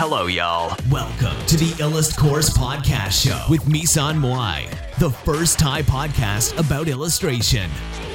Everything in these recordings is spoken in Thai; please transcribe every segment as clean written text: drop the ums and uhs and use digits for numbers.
Hello, y'all. Welcome to the Illust Course Podcast Show with Misan Moai, the first Thai podcast about illustration.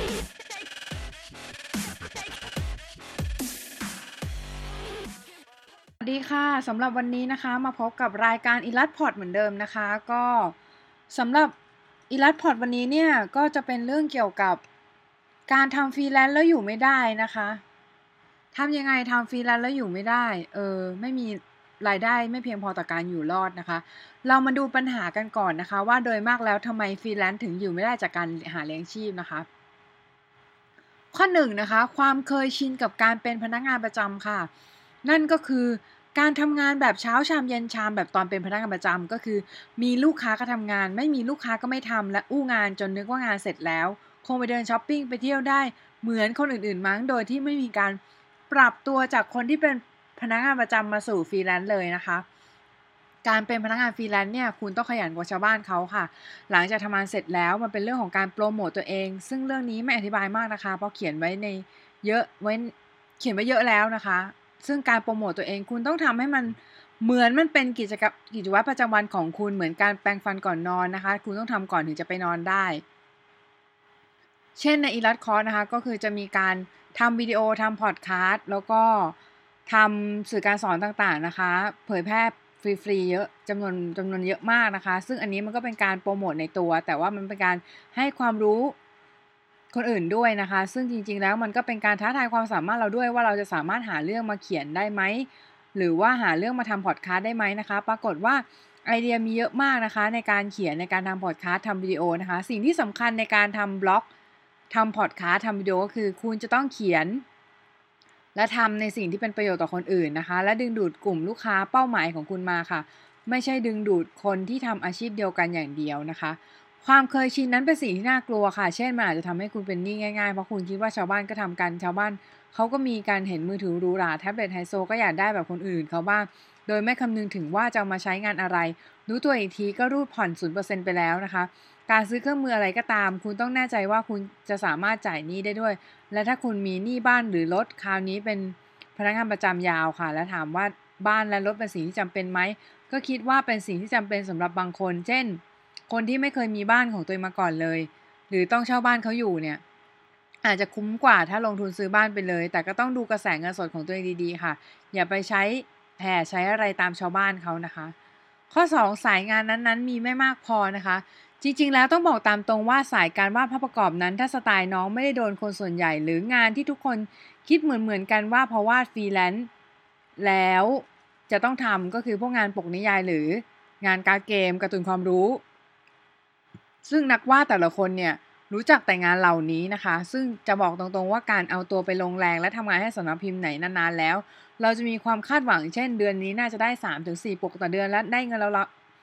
สวัสดีค่ะสำหรับวันนี้นะคะมาพบกับรายการ Illust Pod เหมือนเดิมนะคะก็สำหรับ Illust Pod วันนี้เนี่ยก็จะเป็นเรื่องเกี่ยวกับการทำฟรีแลนซ์แล้วอยู่ไม่ได้นะคะทำยังไงทำฟรีแลนซ์แล้วอยู่ไม่ได้ไม่มีรายได้ไม่เพียงพอต่อการอยู่รอดนะคะเรามาดูปัญหากันก่อนนะคะว่าโดยมากแล้วทำไมฟรีแลนซ์ถึงอยู่ไม่ได้จากการหาเลี้ยงชีพนะคะข้อ1นะคะความเคยชินกับการเป็นพนักงานประจำค่ะนั่นก็คือการทำงานแบบเช้าชามเย็นชามแบบตอนเป็นพนักงานประจำก็คือมีลูกค้าก็ทำงานไม่มีลูกค้าก็ไม่ทำและอู้งานจนนึกว่างานเสร็จแล้วคงไปเดินช้อปปิ้งไปเที่ยวได้เหมือนคนอื่นๆมั้งโดยที่ไม่มีการปรับตัวจากคนที่เป็นพนักงานประจำมาสู่ฟรีแลนซ์เลยนะคะการเป็นพนักงานฟรีแลนซ์เนี่ยคุณต้องขยันกว่าชาวบ้านเขาค่ะหลังจากทำงานเสร็จแล้วมันเป็นเรื่องของการโปรโมตตัวเองซึ่งเรื่องนี้ไม่อธิบายมากนะคะเพราะเขียนไว้เยอะแล้วนะคะซึ่งการโปรโมตตัวเองคุณต้องทำให้มันเหมือนมันเป็นกิจวัตรประจำวันของคุณเหมือนการแปรงฟันก่อนนอนนะคะคุณต้องทำก่อนถึงจะไปนอนได้เช่นใน Illust Course นะคะก็คือจะมีการทำวิดีโอทำพอดคาสต์แล้วก็ทำสื่อการสอนต่างๆนะคะเผยแพร่ฟรีๆเยอะจำนวนเยอะมากนะคะซึ่งอันนี้มันก็เป็นการโปรโมทในตัวแต่ว่ามันเป็นการให้ความรู้คนอื่นด้วยนะคะซึ่งจริงๆแล้วมันก็เป็นการท้าทายความสามารถเราด้วยว่าเราจะสามารถหาเรื่องมาเขียนได้ไหมหรือว่าหาเรื่องมาทำพอดคาสต์ได้ไหมนะคะปรากฏว่าไอเดียมีเยอะมากนะคะในการเขียนในการทำพอดคาสต์ทำวิดีโอนะคะสิ่งที่สำคัญในการทำบล็อกทำพอดคาสต์ทำวิดีโอก็คือคุณจะต้องเขียนและทำในสิ่งที่เป็นประโยชน์ต่อคนอื่นนะคะและดึงดูดกลุ่มลูกค้าเป้าหมายของคุณมาค่ะไม่ใช่ดึงดูดคนที่ทำอาชีพเดียวกันอย่างเดียวนะคะความเคยชินนั้นเป็นสิ่งที่น่ากลัวค่ะเช่นมันอาจจะทำให้คุณเป็นหนี้ง่ายๆเพราะคุณคิดว่าชาวบ้านก็ทำกันชาวบ้านเขาก็มีการเห็นมือถือหรูหราแท็บเล็ตไฮโซก็อยากได้แบบคนอื่นเขาบ้างโดยไม่คำนึงถึงว่าจะมาใช้งานอะไรรู้ตัวอีกทีก็รูดผ่อน 0% ไปแล้วนะคะการซื้อเครื่องมืออะไรก็ตามคุณต้องแน่ใจว่าคุณจะสามารถจ่ายหนี้ได้ด้วยและถ้าคุณมีหนี้บ้านหรือรถคราวนี้เป็นพนักงานประจำยาวค่ะและถามว่าบ้านและรถเป็นสิ่งที่จำเป็นไหมก็คิดว่าเป็นสิ่งที่จำเป็นสำหรับบางคนเช่นคนที่ไม่เคยมีบ้านของตัวเองมาก่อนเลยหรือต้องเช่าบ้านเขาอยู่เนี่ยอาจจะคุ้มกว่าถ้าลงทุนซื้อบ้านไปเลยแต่ก็ต้องดูกระแสเงินสดของตัวเองดีๆค่ะอย่าไปใช้อะไรตามชาวบ้านเขานะคะข้อ2สายงานนั้นๆมีไม่มากพอนะคะจริงๆแล้วต้องบอกตามตรงว่าสายการวาดภาพประกอบนั้นถ้าสไตล์น้องไม่ได้โดนคนส่วนใหญ่หรืองานที่ทุกคนคิดเหมือนกันว่าเพราะวาดฟรีแลนซ์แล้วจะต้องทำก็คือพวกงานปกนิยายหรืองานการ์ดเกมการ์ตูนความรู้ซึ่งนักวาดแต่ละคนเนี่ยรู้จักแต่งานเหล่านี้นะคะซึ่งจะบอกตรงๆว่าการเอาตัวไปลงแรงและทำงานให้สำนักพิมพ์ไหนนานๆแล้วเราจะมีความคาดหวังเช่นเดือนนี้น่าจะได้ 3-4 ปกต่อเดือนและได้เงินเรา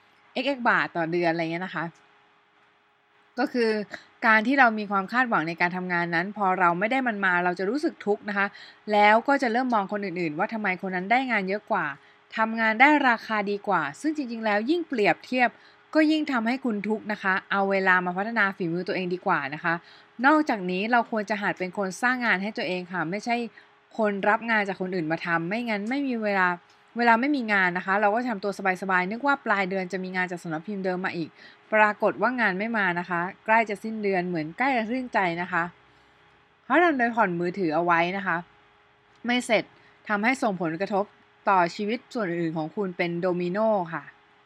x บาทต่อเดือนอะไรเงี้ยนะคะก็คือการที่เรามีความคาดหวังในการทำงานนั้นพอเราไม่ได้มันมาเราจะรู้สึกทุกข์นะคะแล้วก็จะเริ่มมองคนอื่นๆว่าทำไมคนนั้นได้งานเยอะกว่าทำงานได้ราคาดีกว่าซึ่งจริงๆแล้วยิ่งเปรียบเทียบก็ยิ่งทำให้คุณทุกข์นะคะเอาเวลามาพัฒนาฝีมือตัวเองดีกว่านะคะนอกจากนี้เราควรจะหัดเป็นคนสร้างงานให้ตัวเองค่ะไม่ใช่คนรับงานจากคนอื่นมาทำไม่งั้นไม่มีเวลาไม่มีงานนะคะเราก็ทำตัวสบายๆนึกว่าปลายเดือนจะมีงานจากสำนักพิมพ์เดิมมาอีกปรากฏว่างานไม่มานะคะใกล้จะสิ้นเดือนเหมือนใกล้จะสิ้นใจนะคะเพราะเราโดยผ่อนมือถือเอาไว้นะคะไม่เสร็จทำให้ส่งผลกระทบต่อชีวิตส่วนอื่นของคุณเป็นโดมิโนค่ะ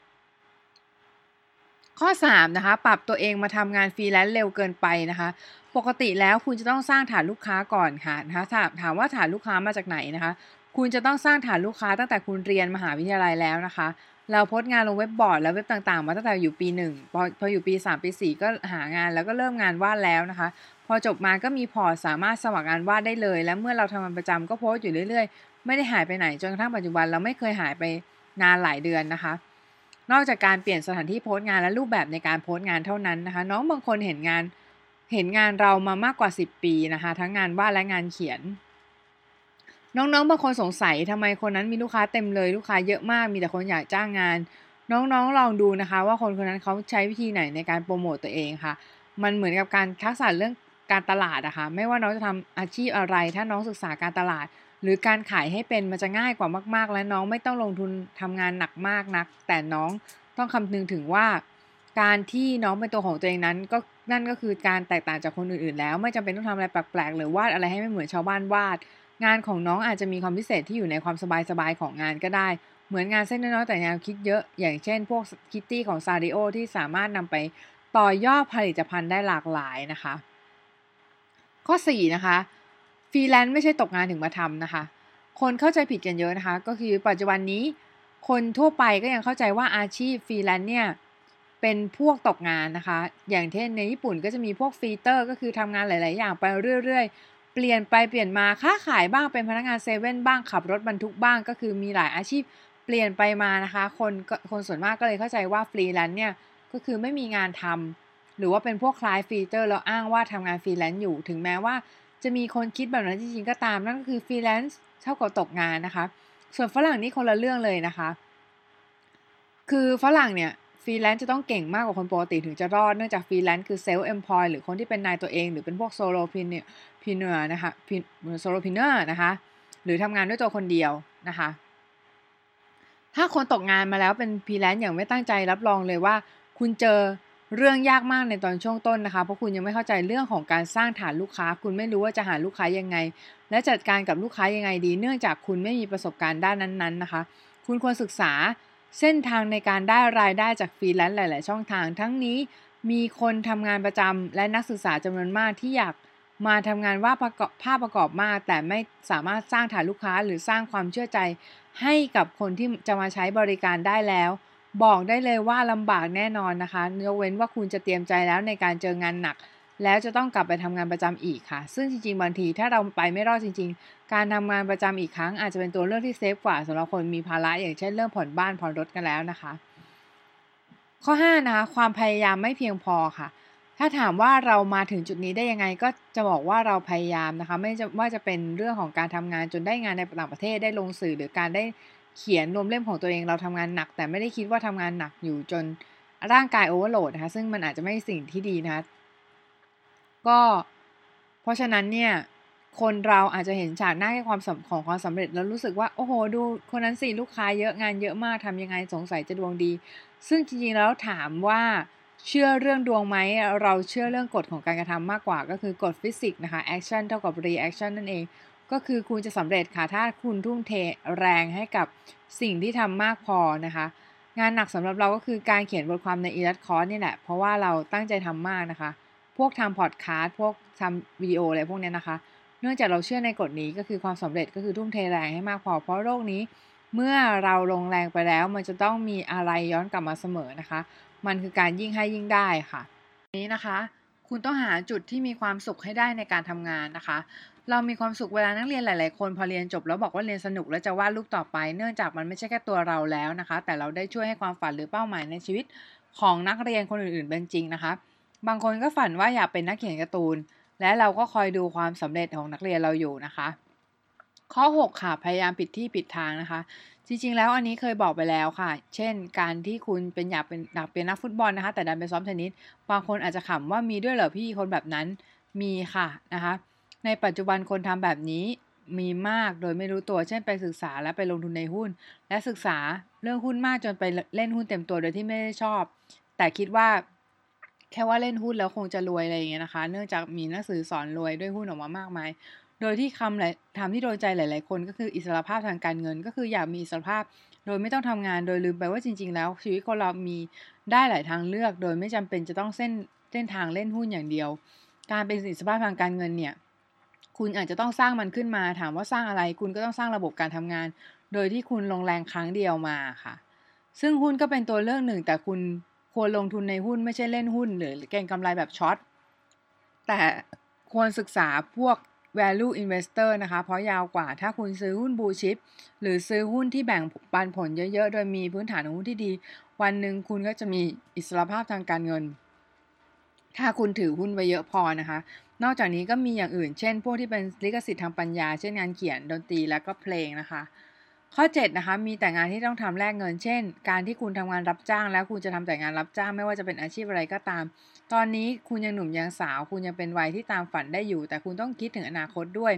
ข้อ3นะคะปรับตัวเองมาทำงานฟรีแลนซ์เร็วเกินไปนะคะปกติแล้วคุณจะต้องสร้างฐานลูกค้าก่อนค่ะนะคะถามว่าฐานลูกค้ามาจากไหนนะคะคุณจะต้องสร้างฐานลูกค้าตั้งแต่คุณเรียนมหาวิทยาลัยแล้วนะคะเราโพสต์งานลงเว็บบอร์ดและเว็บต่างๆมาตั้งแต่อยู่ปี1พออยู่ปี3ปี4ก็หางานแล้วก็เริ่มงานวาดแล้วนะคะพอจบมาก็มีพอร์ตสามารถสมัครงานวาดได้เลยและเมื่อเราทำงานประจำก็โพสต์อยู่เรื่อยๆไม่ได้หายไปไหนจนกระทั่งปัจจุบันเราไม่เคยหายไปนานหลายเดือนนะคะนอกจากการเปลี่ยนสถานที่โพสต์งานและรูปแบบในการโพสต์งานเท่านั้นนะคะน้องบางคนเห็นงานเรามามากกว่า10ปีนะคะทั้งงานวาดและงานเขียนน้องๆบางคนสงสัยทำไมคนนั้นมีลูกค้าเต็มเลยลูกค้าเยอะมากมีแต่คนอยากจ้างงานน้องๆลองดูนะคะว่าคนนั้นเขาใช้วิธีไหนในการโปรโมตตัวเองค่ะมันเหมือนกับการทักษะเรื่องการตลาดอะค่ะไม่ว่าน้องจะทำอาชีพอะไรถ้าน้องศึกษาการตลาดหรือการขายให้เป็นมันจะง่ายกว่ามากๆและน้องไม่ต้องลงทุนทำงานหนักมากนักแต่น้องต้องคำนึงถึงว่าการที่น้องเป็นตัวของตัวเองนั้นนั่นก็คือการแตกต่างจากคนอื่นๆแล้วไม่จำเป็นต้องทำอะไรแปลกๆหรือวาดอะไรให้ไม่เหมือนชาวบ้านวาดงานของน้องอาจจะมีความพิเศษที่อยู่ในความสบายๆของงานก็ได้เหมือนงานเส้นน้อยๆแต่แนวคิดเยอะอย่างเช่นพวกคิตตี้ของซาริโอที่สามารถนำไปต่อยอดผลิตภัณฑ์ได้หลากหลายนะคะข้อ4นะคะฟรีแลนซ์ไม่ใช่ตกงานถึงมาทำนะคะคนเข้าใจผิดกันเยอะนะคะก็คือปัจจุบันนี้คนทั่วไปก็ยังเข้าใจว่าอาชีพฟรีแลนซ์เนี่ยเป็นพวกตกงานนะคะอย่างเช่นในญี่ปุ่นก็จะมีพวกฟรีเตอร์ก็คือทำงานหลายๆอย่างไปเรื่อยๆเปลี่ยนไปเปลี่ยนมาค้าขายบ้างเป็นพนักงานเซเว่นบ้างขับรถบรรทุกบ้างก็คือมีหลายอาชีพเปลี่ยนไปมานะคะคนส่วนมากก็เลยเข้าใจว่าฟรีแลนซ์เนี่ยก็คือไม่มีงานทำหรือว่าเป็นพวกคล้ายฟรีเตอร์แล้วอ้างว่าทำงานฟรีแลนซ์อยู่ถึงแม้ว่าจะมีคนคิดแบบนั้นจริงๆก็ตามนั่นก็คือฟรีแลนซ์เท่ากับตกงานนะคะส่วนฝรั่งนี่คนละเรื่องเลยนะคะคือฝรั่งเนี่ยฟรีแลนซ์จะต้องเก่งมากกว่าคนปกติถึงจะรอดเนื่องจากฟรีแลนซ์คือเซลฟ์เอมพลอยหรือคนที่เป็นนายตัวเองหรือเป็นพวกโซโลพีเนอร์นะคะโซโลพีเนอร์นะคะหรือทำงานด้วยตัวคนเดียวนะคะถ้าคนตกงานมาแล้วเป็นฟรีแลนซ์อย่างไม่ตั้งใจรับรองเลยว่าคุณเจอเรื่องยากมากในตอนช่วงต้นนะคะเพราะคุณยังไม่เข้าใจเรื่องของการสร้างฐานลูกค้าคุณไม่รู้ว่าจะหาลูกค้ายังไงและจัดการกับลูกค้ายังไงดีเนื่องจากคุณไม่มีประสบการณ์ด้านนั้นๆนะคะคุณควรศึกษาเส้นทางในการได้รายได้จากฟรีแลนซ์หลายๆช่องทางทั้งนี้มีคนทำงานประจำและนักศึกษาจำนวนมากที่อยากมาทำงานว่าภาพประกอบมากแต่ไม่สามารถสร้างฐานลูกค้าหรือสร้างความเชื่อใจให้กับคนที่จะมาใช้บริการได้แล้วบอกได้เลยว่าลำบากแน่นอนนะคะยกเว้นว่าคุณจะเตรียมใจแล้วในการเจองานหนักแล้วจะต้องกลับไปทำงานประจำอีกค่ะซึ่งจริงๆบางทีถ้าเราไปไม่รอดจริงๆการทำงานประจำอีกครั้งอาจจะเป็นตัวเลือกที่เซฟกว่าสำหรับคนมีภาระอย่างเช่นเรื่องผ่อนบ้านผ่อนรถกันแล้วนะคะข้อ5นะคะความพยายามไม่เพียงพอค่ะถ้าถามว่าเรามาถึงจุดนี้ได้ยังไงก็จะบอกว่าเราพยายามนะคะไม่ว่าจะเป็นเรื่องของการทำงานจนได้งานในต่างประเทศได้ลงสื่อหรือการได้เขียนรวมเล่มของตัวเองเราทำงานหนักแต่ไม่ได้คิดว่าทำงานหนักอยู่จนร่างกายโอเวอร์โหลดนะคะซึ่งมันอาจจะไม่ใช่สิ่งที่ดีนะคะก็เพราะฉะนั้นเนี่ยคนเราอาจจะเห็นฉากหน้าแค่ของความสำเร็จแล้วรู้สึกว่าโอ้โหดูคนนั้นสิลูกค้าเยอะงานเยอะมากทำยังไงสงสัยจะดวงดีซึ่งจริงๆแล้วถามว่าเชื่อเรื่องดวงไหมเราเชื่อเรื่องกฎของการกระทำมากกว่าก็คือกฎฟิสิกส์นะคะ action เท่ากับ reaction นั่นเองก็คือคุณจะสำเร็จค่ะถ้าคุณทุ่มเทแรงให้กับสิ่งที่ทำมากพอนะคะงานหนักสำหรับเราก็คือการเขียนบทความใน Elite Course นี่แหละเพราะว่าเราตั้งใจทำมากนะคะพวกทำพอดคาสต์พวกทำวิดีโออะไรพวกนี้นะคะเนื่องจากเราเชื่อในกฎนี้ก็คือความสำเร็จก็คือทุ่มเทแรงให้มากพอเพราะโลกนี้เมื่อเราลงแรงไปแล้วมันจะต้องมีอะไรย้อนกลับมาเสมอนะคะมันคือการยิ่งให้ยิ่งได้ค่ะนี้นะคะคุณต้องหาจุดที่มีความสุขให้ได้ในการทำงานนะคะเรามีความสุขเวลานักเรียนหลายๆคนพอเรียนจบแล้วบอกว่าเรียนสนุกและจะวาดรูปต่อไปเนื่องจากมันไม่ใช่แค่ตัวเราแล้วนะคะแต่เราได้ช่วยให้ความฝันหรือเป้าหมายในชีวิตของนักเรียนคนอื่นๆเป็นจริงนะคะบางคนก็ฝันว่าอยากเป็นนักเขียนการ์ตูนและเราก็คอยดูความสำเร็จของนักเรียนเราอยู่นะคะข้อ6ค่ะพยายามผิดที่ผิดทางนะคะจริงๆแล้วอันนี้เคยบอกไปแล้วค่ะเช่นการที่คุณอยากเป็นนักฟุตบอลนะคะแต่ดันไปซ้อมเทนนิสบางคนอาจจะขำว่ามีด้วยเหรอพี่คนแบบนั้นมีค่ะนะคะในปัจจุบันคนทำแบบนี้มีมากโดยไม่รู้ตัวเช่นไปศึกษาและไปลงทุนในหุ้นและศึกษาเรื่องหุ้นมากจนไปเล่นหุ้นเต็มตัวโดยที่ไม่ได้ชอบแต่คิดว่าแค่ว่าเล่นหุ้นแล้วคงจะรวยอะไรอย่างเงี้ยนะคะเนื่องจากมีหนังสือสอนรวยด้วยหุ้นออกมามากมายโดยที่คำที่โดนใจหลายๆคนก็คืออิสรภาพทางการเงินก็คืออยากมีอิสรภาพโดยไม่ต้องทำงานโดยลืมไปว่าจริงๆแล้วชีวิตคนเรามีได้หลายทางเลือกโดยไม่จำเป็นจะต้องเส้นทางเล่นหุ้นอย่างเดียวการเป็นอิสรภาพทางการเงินเนี่ยคุณอาจจะต้องสร้างมันขึ้นมาถามว่าสร้างอะไรคุณก็ต้องสร้างระบบการทำงานโดยที่คุณลงแรงครั้งเดียวมาค่ะซึ่งหุ้นก็เป็นตัวเลือกหนึ่งแต่คุณควรลงทุนในหุ้นไม่ใช่เล่นหุ้นหรือเก็งกำไรแบบช็อตแต่ควรศึกษาพวก value investor นะคะเพราะยาวกว่าถ้าคุณซื้อหุ้น blue chip หรือซื้อหุ้นที่แบ่งปันผลเยอะๆโดยมีพื้นฐานของหุ้นที่ดีวันหนึ่งคุณก็จะมีอิสรภาพทางการเงินถ้าคุณถือหุ้นไว้เยอะพอนะคะนอกจากนี้ก็มีอย่างอื่นเช่นพวกที่เป็นลิขสิทธิ์ทางปัญญาเช่นงานเขียนดนตรีและก็เพลงนะคะข้อ7นะคะมีแต่งานที่ต้องทำแลกเงินเช่นการที่คุณทำงานรับจ้างแล้วคุณจะทำแต่งานรับจ้างไม่ว่าจะเป็นอาชีพอะไรก็ตามตอนนี้คุณยังหนุ่มยังสาวคุณยังเป็นวัยที่ตามฝันได้อยู่แต่คุณต้องคิดถึงอนาคตด้วย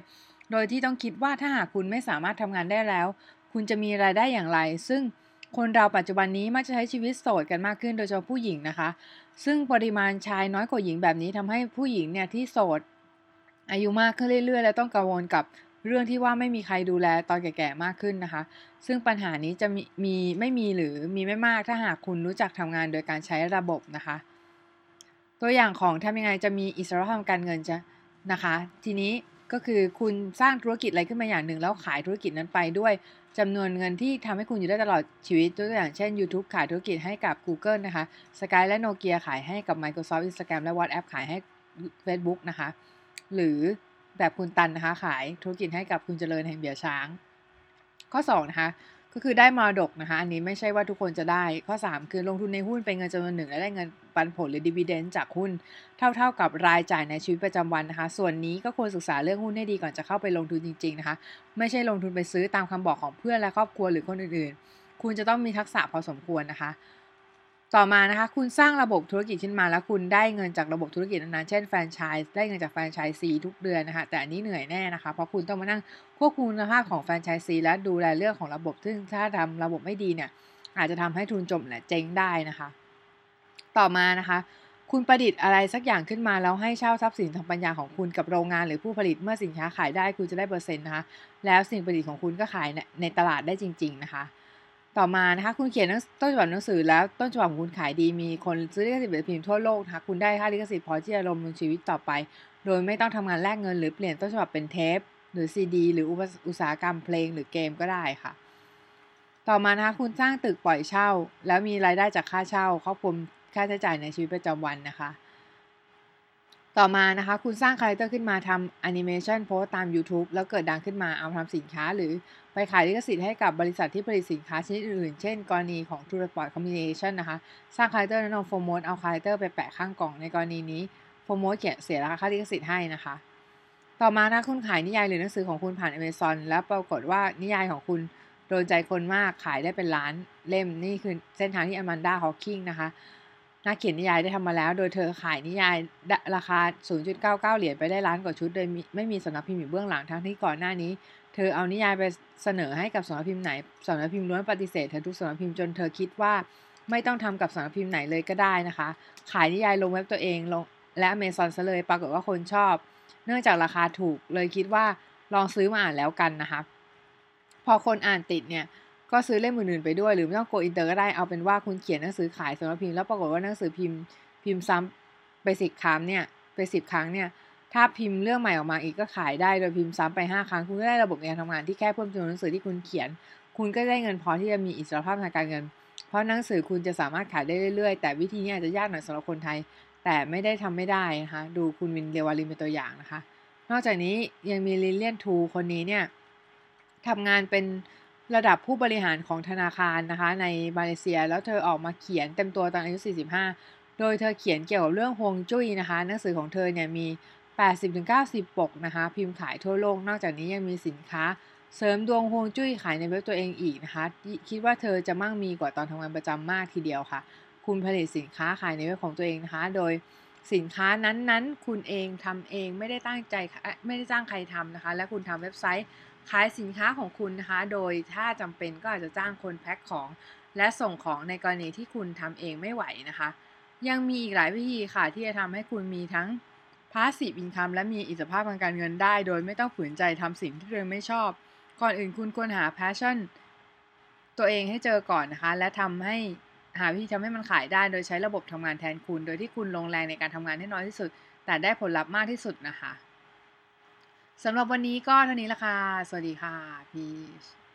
โดยที่ต้องคิดว่าถ้าหากคุณไม่สามารถทำงานได้แล้วคุณจะมีรายได้อย่างไรซึ่งคนเราปัจจุบันนี้มักจะใช้ชีวิตโสดกันมากขึ้นโดยเฉพาะผู้หญิงนะคะซึ่งปริมาณชายน้อยกว่าหญิงแบบนี้ทำให้ผู้หญิงเนี่ยที่โสดอายุมากขึ้นเรื่อยๆและต้องกังวลกับเรื่องที่ว่าไม่มีใครดูแลตอนแก่ๆมากขึ้นนะคะซึ่งปัญหานี้จะไม่มีหรือมีไม่มากถ้าหากคุณรู้จักทำงานโดยการใช้ระบบนะคะตัวอย่างของทำยังไงจะมีอิสรภาพทางการเงินจะนะคะทีนี้ก็คือคุณสร้างธุรกิจอะไรขึ้นมาอย่างหนึ่งแล้วขายธุรกิจนั้นไปด้วยจำนวนเงินที่ทำให้คุณอยู่ได้ตลอดชีวิตตัวอย่างเช่น YouTube ขายธุรกิจให้กับ Google นะคะ Sky และ Nokia ขายให้กับ Microsoft Instagram และ WhatsApp ขายให้ Facebook นะคะหรือแบบคุณตันนะคะขายธุรกิจให้กับคุณเจริญแห่งเบียร์ช้างข้อ2นะคะก็คือได้มรดกนะคะอันนี้ไม่ใช่ว่าทุกคนจะได้ข้อ3คือลงทุนในหุ้นเป็นเงินจำนวนหนึ่งและได้เงินปันผลหรือดิวิเดนด์จากหุ้นเท่ากับรายจ่ายในชีวิตประจำวันนะคะส่วนนี้ก็ควรศึกษาเรื่องหุ้นให้ดีก่อนจะเข้าไปลงทุนจริงๆนะคะไม่ใช่ลงทุนไปซื้อตามคำบอกของเพื่อนและครอบครัวหรือคนอื่นๆคุณจะต้องมีทักษะพอสมควรนะคะต่อมานะคะคุณสร้างระบบธุรกิจขึ้นมาแล้วคุณได้เงินจากระบบธุรกิจนั้นๆเช่นแฟรนไชส์ได้เงินจากแฟรนไชส์ซีทุกเดือนนะคะแต่อันนี้เหนื่อยแน่นะคะเพราะคุณต้องมานั่งควบคุมคุณภาพของแฟรนไชส์ซีและดูแลเรื่องของระบบซึ่งถ้าทำระบบไม่ดีเนี่ยอาจจะทำให้ทุนจมและเจ๊งได้นะคะต่อมานะคะคุณประดิษฐ์อะไรสักอย่างขึ้นมาแล้วให้เช่าทรัพย์สินทางปัญญาของคุณกับโรงงานหรือผู้ผลิตเมื่อสินค้าขายได้คุณจะได้เปอร์เซ็นต์นะคะแล้วสิ่งประดิษฐ์ของคุณก็ขายในตลาดได้จริงๆนะคะต่อมานะคะคุณเขียนต้นฉบับหนังสือแล้วต้นฉบับของคุณขายดีมีคนซื้อลิขสิทธิ์พิมพ์ทั่วโลกนะคะคุณได้ค่าลิขสิทธิ์พอที่จะดำรงชีวิตต่อไปโดยไม่ต้องทำงานแลกเงินหรือเปลี่ยนต้นฉบับเป็นเทปหรือซีดีหรืออุตสาหกรรมเพลงหรือเกมก็ได้ค่ะต่อมานะคะคุณสร้างตึกปล่อยเช่าแล้วมีรายได้จากค่าเช่าครอบคลุมค่าใช้จ่ายในชีวิตประจำวันนะคะต่อมานะคะคุณสร้างคาแรคเตอร์ขึ้นมาทำแอนิเมชันโพสตาม YouTube แล้วเกิดดังขึ้นมาเอาทำสินค้าหรือไปขายลิขสิทธิ์ให้กับบริษัทที่ผลิตสินค้าชนิดอื่นเช่นกรณีของ True Sport Communication นะคะสร้างคาแรคเตอร์นั้นโฟร์โมทเอาคาแรคเตอร์ไปแปะข้างกล่องในกรณีนี้โฟร์โมทเสียราคาลิขสิทธิ์ให้นะคะต่อมาถ้าคุณขายนิยายหรือหนังสือของคุณผ่าน Amazon แล้วปรากฏว่านิยายของคุณโดนใจคนมากขายได้เป็นล้านเล่มนี่คือเส้นทางที่อแมนดา ฮอว์กิงนะคะนักเขียนนิยายได้ทำมาแล้วโดยเธอขายนิยายราคา 0.99 เหรียญไปได้ล้านกว่าชุดโดยไม่มีสำนักพิมพ์อยู่เบื้องหลังทั้งที่ก่อนหน้านี้เธอเอานิยายไปเสนอให้กับสำนักพิมพ์ไหนสำนักพิมพ์ล้วนปฏิเสธเธอทุกสำนักพิมพ์จนเธอคิดว่าไม่ต้องทำกับสำนักพิมพ์ไหนเลยก็ได้นะคะขายนิยายลงเว็บตัวเองลงและ Amazon ซะเลยปรากฏว่าคนชอบเนื่องจากราคาถูกเลยคิดว่าลองซื้อมาอ่านแล้วกันนะคะพอคนอ่านติดเนี่ยก็ซื้อเล่มอื่นๆไปด้วยหรือไม่ต้องโกอินเตอร์ก็ได้เอาเป็นว่าคุณเขียนหนังสือขายสำนักพิมพ์แล้วปรากฏว่าหนังสือพิมพ์ซ้ำไป10 ครั้งเนี่ยถ้าพิมพ์เรื่องใหม่ออกมาอีกก็ขายได้โดยพิมพ์ซ้ำไป5 ครั้งคุณก็ได้ระบบการทำงานที่แค่เพิ่มจำนวนหนังสือที่คุณเขียนคุณก็ได้เงินพอที่จะมีอิสรภาพทางการเงินเพราะหนังสือคุณจะสามารถขายได้เรื่อยๆแต่วิธีนี้อาจจะยากหน่อยสำหรับคนไทยแต่ไม่ได้ทำไม่ได้นะคะดูคุณวินเรวารินเป็นตัวอย่างนะคะนอกจากนี้ยังมีลิเลียนทูคนนี้เนี่ยทำงานเป็นระดับผู้บริหารของธนาคารนะคะในมาเลเซียแล้วเธอออกมาเขียนเต็มตัวตอนอายุ45โดยเธอเขียนเกี่ยวกับเรื่องฮวงจุ้ยนะคะหนังสือของเธอเนี่ยมี 80-90 ปกนะคะพิมพ์ขายทั่วโลกนอกจากนี้ยังมีสินค้าเสริมดวงฮวงจุ้ยขายในเว็บตัวเองอีกนะคะคิดว่าเธอจะมั่งมีกว่าตอนทำงานประจำมากทีเดียวค่ะคุณผลิตสินค้าขายในเว็บของตัวเองนะคะโดยสินค้านั้นๆคุณเองทำเองไม่ได้ตั้งใจไม่ได้จ้างใครทำนะคะและคุณทำเว็บไซต์ขายสินค้าของคุณนะคะโดยถ้าจำเป็นก็อาจจะจ้างคนแพ็คของและส่งของในกรณีที่คุณทำเองไม่ไหวนะคะยังมีอีกหลายวิธีค่ะที่จะทำให้คุณมีทั้งpassive income และมีอิสรภาพทางการเงินได้โดยไม่ต้องฝืนใจทำสิ่งที่ตัวเองไม่ชอบก่อนอื่นคุณควรหา passion ตัวเองให้เจอก่อนนะคะและหาวิธีทำให้มันขายได้โดยใช้ระบบทำงานแทนคุณโดยที่คุณลงแรงในการทำงานให้น้อยที่สุดแต่ได้ผลลัพธ์มากที่สุดนะคะสำหรับวันนี้ก็เท่านี้ละค่ะสวัสดีค่ะพีช